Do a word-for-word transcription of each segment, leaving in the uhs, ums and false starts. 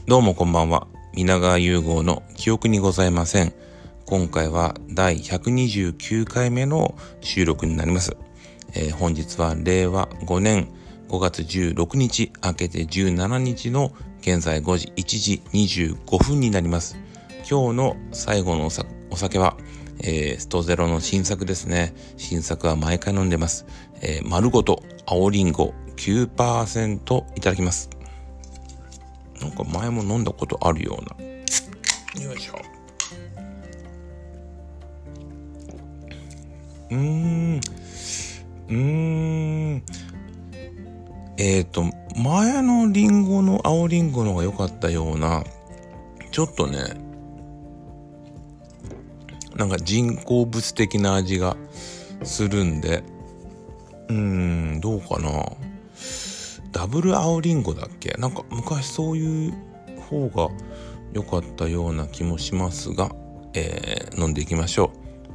どうもこんばんは。皆川融合の記憶にございません。今回はだいひゃくにじゅうきゅうかいめの収録になります。えー、本日はれいわごねんごがつじゅうろくにち明けてじゅうしちにちの現在ごじいちじにじゅうごふんになります。今日の最後のお, さお酒は、えー、ストゼロの新作ですね。新作は毎回飲んでます。えー、丸ごと青りんご きゅうパーセント いただきます。なんか前も飲んだことあるような。よいしょ。うーん。うーん。えっと、前のリンゴの青リンゴの方が良かったような、ちょっとね、なんか人工物的な味がするんで、うーん、どうかな。ダブル青リンゴだっけ？なんか昔そういう方が良かったような気もしますが、えー、飲んでいきましょ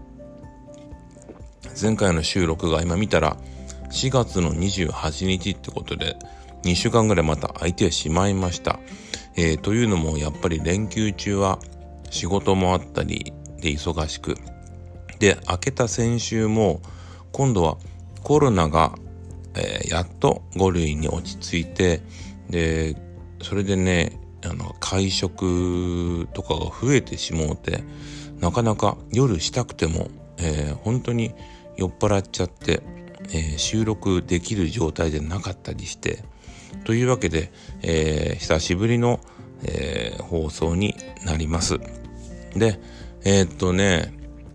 う。前回の収録が今見たらしがつのにじゅうはちにちってことでにしゅうかんぐらいまた空いてしまいました。えー、というのもやっぱり連休中は仕事もあったりで忙しく、で明けた先週も今度はコロナがえー、やっとごるいに落ち着いて、でそれでね、あの会食とかが増えてしもうて、なかなか夜したくても、えー、本当に酔っ払っちゃって、えー、収録できる状態でなかったりして、というわけで、えー、久しぶりの、えー、放送になります。でえー、っとね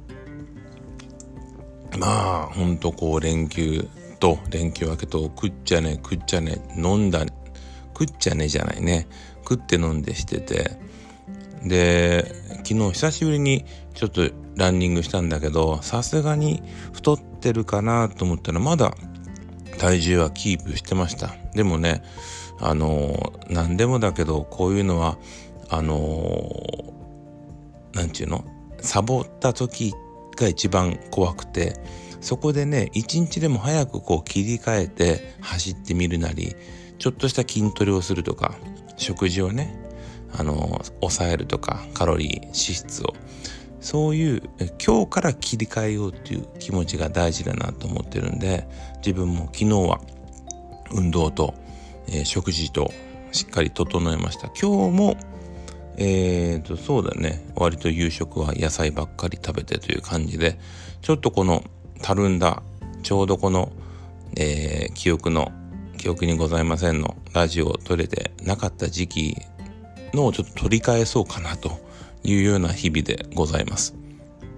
まあほんとこう連休と連休明けと食っちゃね食っちゃね飲んだ食っちゃねじゃないね食って飲んでしてて、で昨日久しぶりにちょっとランニングしたんだけど、さすがに太ってるかなと思ったらまだ体重はキープしてました。でもね、あのー、何でもだけどこういうのはあのー、なんちゅうのサボった時が一番怖くて、そこでね一日でも早くこう切り替えて走ってみるなり、ちょっとした筋トレをするとか、食事をねあの抑えるとか、カロリー脂質を、そういう今日から切り替えようっていう気持ちが大事だなと思ってるんで、自分も昨日は運動と、えー、食事としっかり整えました。今日もえーとそうだね、割と夕食は野菜ばっかり食べてという感じで、ちょっとこのたるんだちょうどこの、えー、記憶の記憶にございませんのラジオを撮れてなかった時期のをちょっと取り返そうかなというような日々でございます。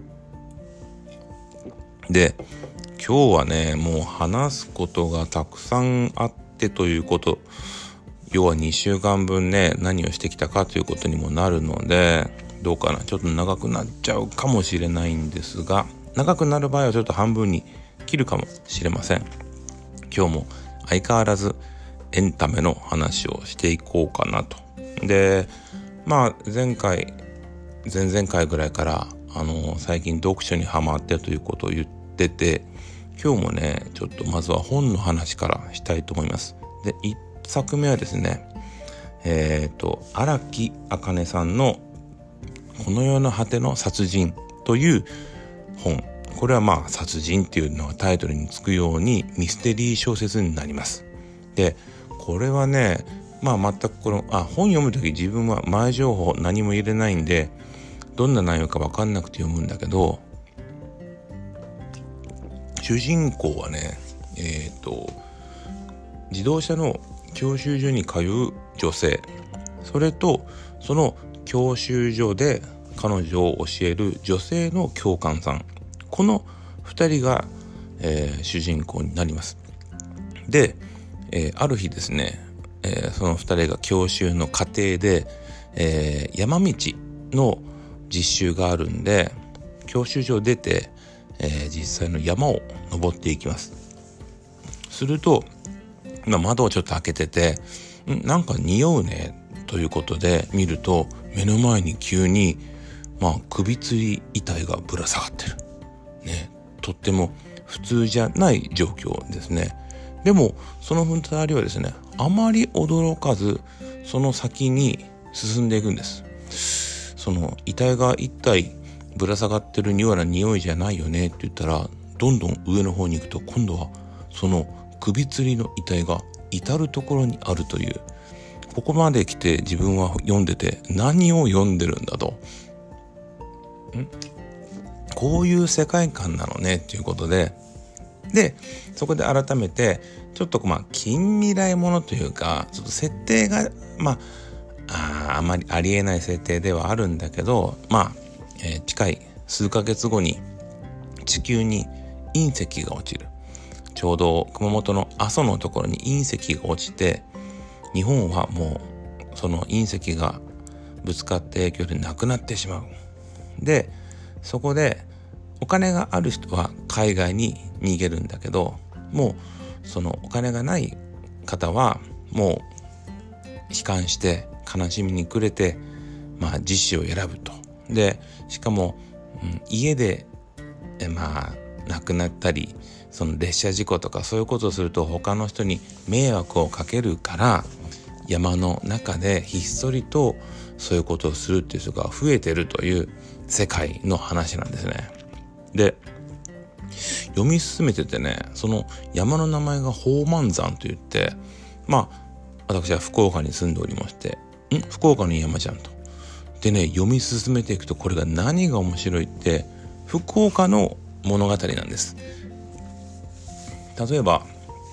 で今日はねもう話すことがたくさんあってということ、要はにしゅうかんぶんね何をしてきたかということにもなるので、どうかな、ちょっと長くなっちゃうかもしれないんですが、長くなる場合はちょっと半分に切るかもしれません。今日も相変わらずエンタメの話をしていこうかなと。でまあ前回前々回ぐらいからあの最近読書にハマってということを言ってて、今日もねちょっとまずは本の話からしたいと思います。でいっさくめはですね、えっと荒木あかねさんのこの世の果ての殺人という本。これはまあ殺人っていうのがタイトルにつくようにミステリー小説になります。でこれはねまあ全くこのあ本読むとき自分は前情報何も入れないんでどんな内容か分かんなくて読むんだけど、主人公はねえっと自動車の教習所に通う女性、それとその教習所で彼女を教える女性の教官さん、このふたりが、えー、主人公になります。で、えー、ある日ですね、えー、そのふたりが教習の過程で、えー、山道の実習があるんで教習所を出て、えー、実際の山を登っていきます。すると今窓をちょっと開けててんなんか匂うねということで見ると、目の前に急にまあ首吊り遺体がぶら下がってるね。とっても普通じゃない状況ですね。でもそのふたりはですねあまり驚かず、その先に進んでいくんです。その遺体が一体ぶら下がってるような匂いじゃないよねって言ったら、どんどん上の方に行くと今度はその首吊りの遺体が至るところにあるという、ここまで来て自分は読んでて何を読んでるんだと、んこういう世界観なのねっていうことで、でそこで改めてちょっとまあ近未来ものというか、ちょっと設定がまああ, あまりありえない設定ではあるんだけど、まあ、えー、近い数ヶ月後に地球に隕石が落ちる。ちょうど熊本の阿蘇のところに隕石が落ちて、日本はもうその隕石がぶつかって影響でなくなってしまう。でそこでお金がある人は海外に逃げるんだけど、もうそのお金がない方はもう悲観して悲しみに暮れて、まあ自死を選ぶと。でしかも、うん、家でえまあ亡くなったり、その列車事故とかそういうことをすると他の人に迷惑をかけるから、山の中でひっそりとそういうことをするっていう人が増えてるという世界の話なんですね。で読み進めててね、その山の名前が宝満山といって、まあ私は福岡に住んでおりまして、ん福岡の山じゃんと。でね、読み進めていくとこれが何が面白いって、福岡の物語なんです。例えば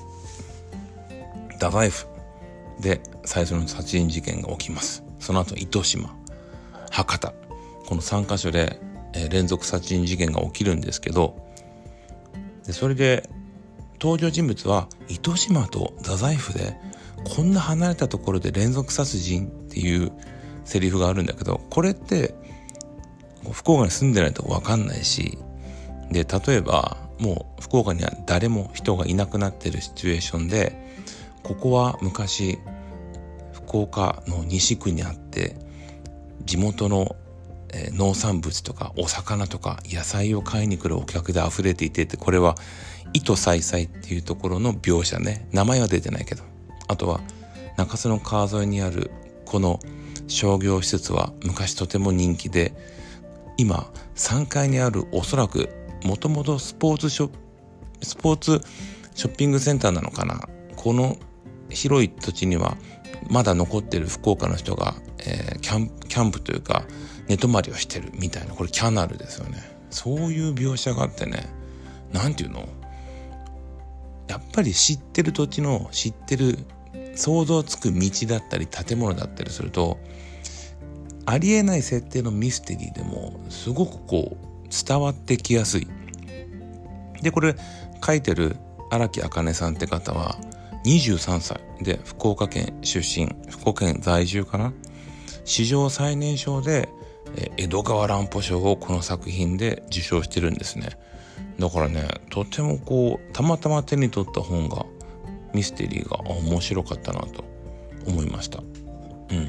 太宰府で最初の殺人事件が起きます。その後糸島、博多、このさんカ所で、えー、連続殺人事件が起きるんですけど、でそれで登場人物は糸島と太宰府でこんな離れたところで連続殺人っていうセリフがあるんだけど、これって福岡に住んでないと分かんないし、で例えばもう福岡には誰も人がいなくなってるシチュエーションで、ここは昔福岡の西区にあって地元の、えー、農産物とかお魚とか野菜を買いに来るお客で溢れていて、これは糸さいさいっていうところの描写ね、名前は出てないけど、あとは中洲の川沿いにあるこの商業施設は昔とても人気で、今さんがいにあるおそらくもともとスポーツショスポーツショッピングセンターなのかな、この広い土地にはまだ残ってる福岡の人が、えー、キャンプ、キャンプというか寝泊まりをしてるみたいな、これキャナルですよね。そういう描写があってね、なんていうの、やっぱり知ってる土地の知ってる想像つく道だったり建物だったりすると、ありえない設定のミステリーでもすごくこう伝わってきやすい。でこれ書いてる荒木茜さんって方はにじゅうさんさいで福岡県出身、福岡県在住かな、史上最年少で江戸川乱歩賞をこの作品で受賞してるんですね。だからね、とてもこうたまたま手に取った本がミステリーが面白かったなと思いました。うん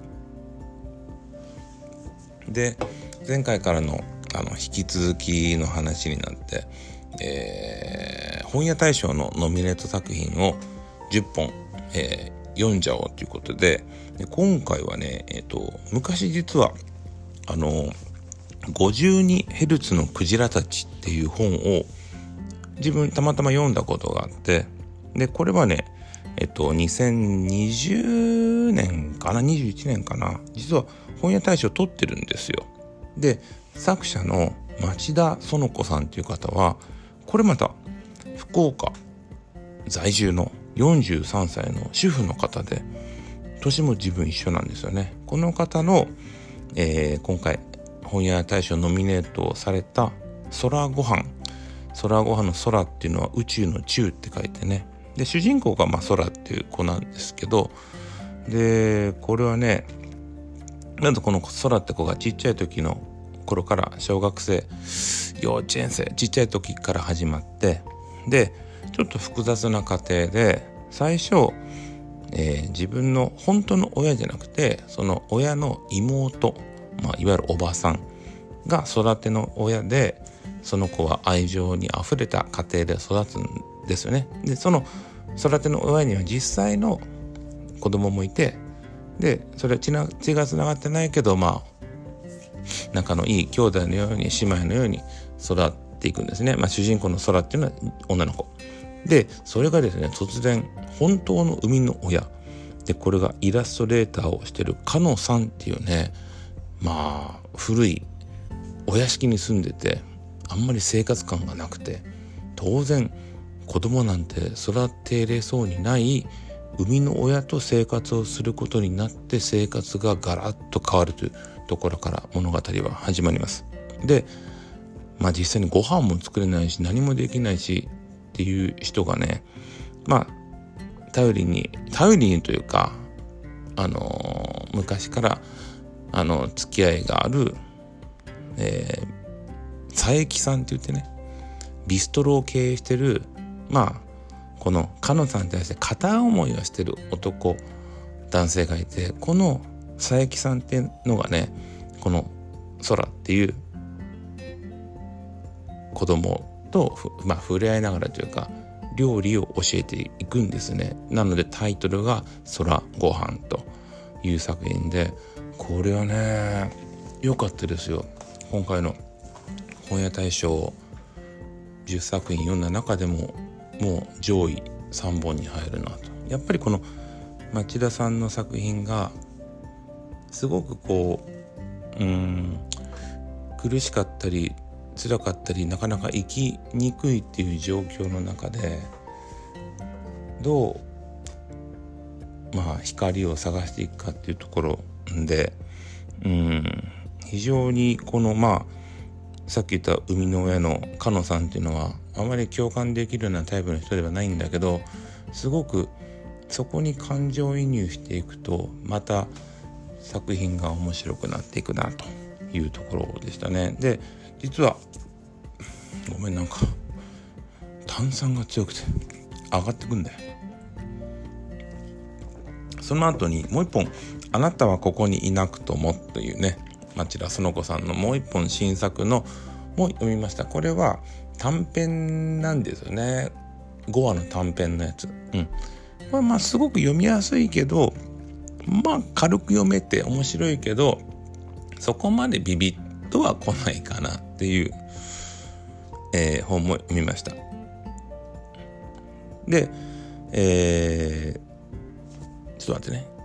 で前回からのあの引き続きの話になって、えー、本屋大賞のノミネート作品をじゅっぽん、えー、読んじゃおうということで、で今回はね、えーと、昔実はあの ごじゅうにヘルツ のクジラたちっていう本を自分たまたま読んだことがあって、でこれはねえっとにせんにじゅうねんかな、にじゅういちねんかな、実は本屋大賞取ってるんですよ。で作者の町田園子さんっていう方はこれまた福岡在住のよんじゅうさんさいの主婦の方で、年も自分一緒なんですよね。この方の、えー、今回本屋大賞ノミネートされた空ごはん、空ごはんの空っていうのは宇宙の宙って書いてね、で主人公がまあ空っていう子なんですけど、でこれはね、なんとこの空って子がちっちゃい時の頃から小学生、幼稚園生、ちっちゃい時から始まって、でちょっと複雑な家庭で、最初、えー、自分の本当の親じゃなくてその親の妹、まあ、いわゆるおばさんが育ての親で、その子は愛情にあふれた家庭で育つんですよね。でその育ての親には実際の子供もいて、 でそれは血な血がつながってないけど、まあ仲のいい兄弟のように姉妹のように育っていくんですね。まあ、主人公の空っていうのは女の子で、それがですね突然本当の生みの親で、これがイラストレーターをしてるカノさんっていうね、まあ古いお屋敷に住んでて、あんまり生活感がなくて、当然子供なんて育てれそうにない生みの親と生活をすることになって、生活がガラッと変わるというところから物語は始まります。で、まあ実際にご飯も作れないし何もできないしっていう人がね、まあ頼りに頼りにというか、あのー、昔からあの付き合いがある、えー、佐伯さんって言ってね、ビストロを経営してる、まあこのカノさんに対して片思いをしてる男男性がいて、この佐伯さんっていうのがね、この空っていう子供とまあ触れ合いながらというか料理を教えていくんですね。なのでタイトルが空ごはんという作品で、これはね良かったですよ。今回の本屋大賞じゅっさく品読んだ中でももう上位さんぼんに入るなと。やっぱりこの町田さんの作品がすごくこう、うーん苦しかったり辛かったり、なかなか生きにくいっていう状況の中でどうまあ光を探していくかっていうところで、うーん非常にこのまあさっき言った生みの親のカノさんっていうのはあまり共感できるようなタイプの人ではないんだけど、すごくそこに感情移入していくとまた作品が面白くなっていくなというところでしたね。で、実はごめん、なんか炭酸が強くて上がってくんだよ。その後にもう一本、あなたはここにいなくともというね、町田園子さんのもう一本新作のも読みました。これは短編なんですよね。ごわの短編のやつ。うん。まあまあすごく読みやすいけど、まあ軽く読めて面白いけど、そこまでビビッとは来ないかなっていう、えー、本も読みました。で、えー、ちょっと待ってね。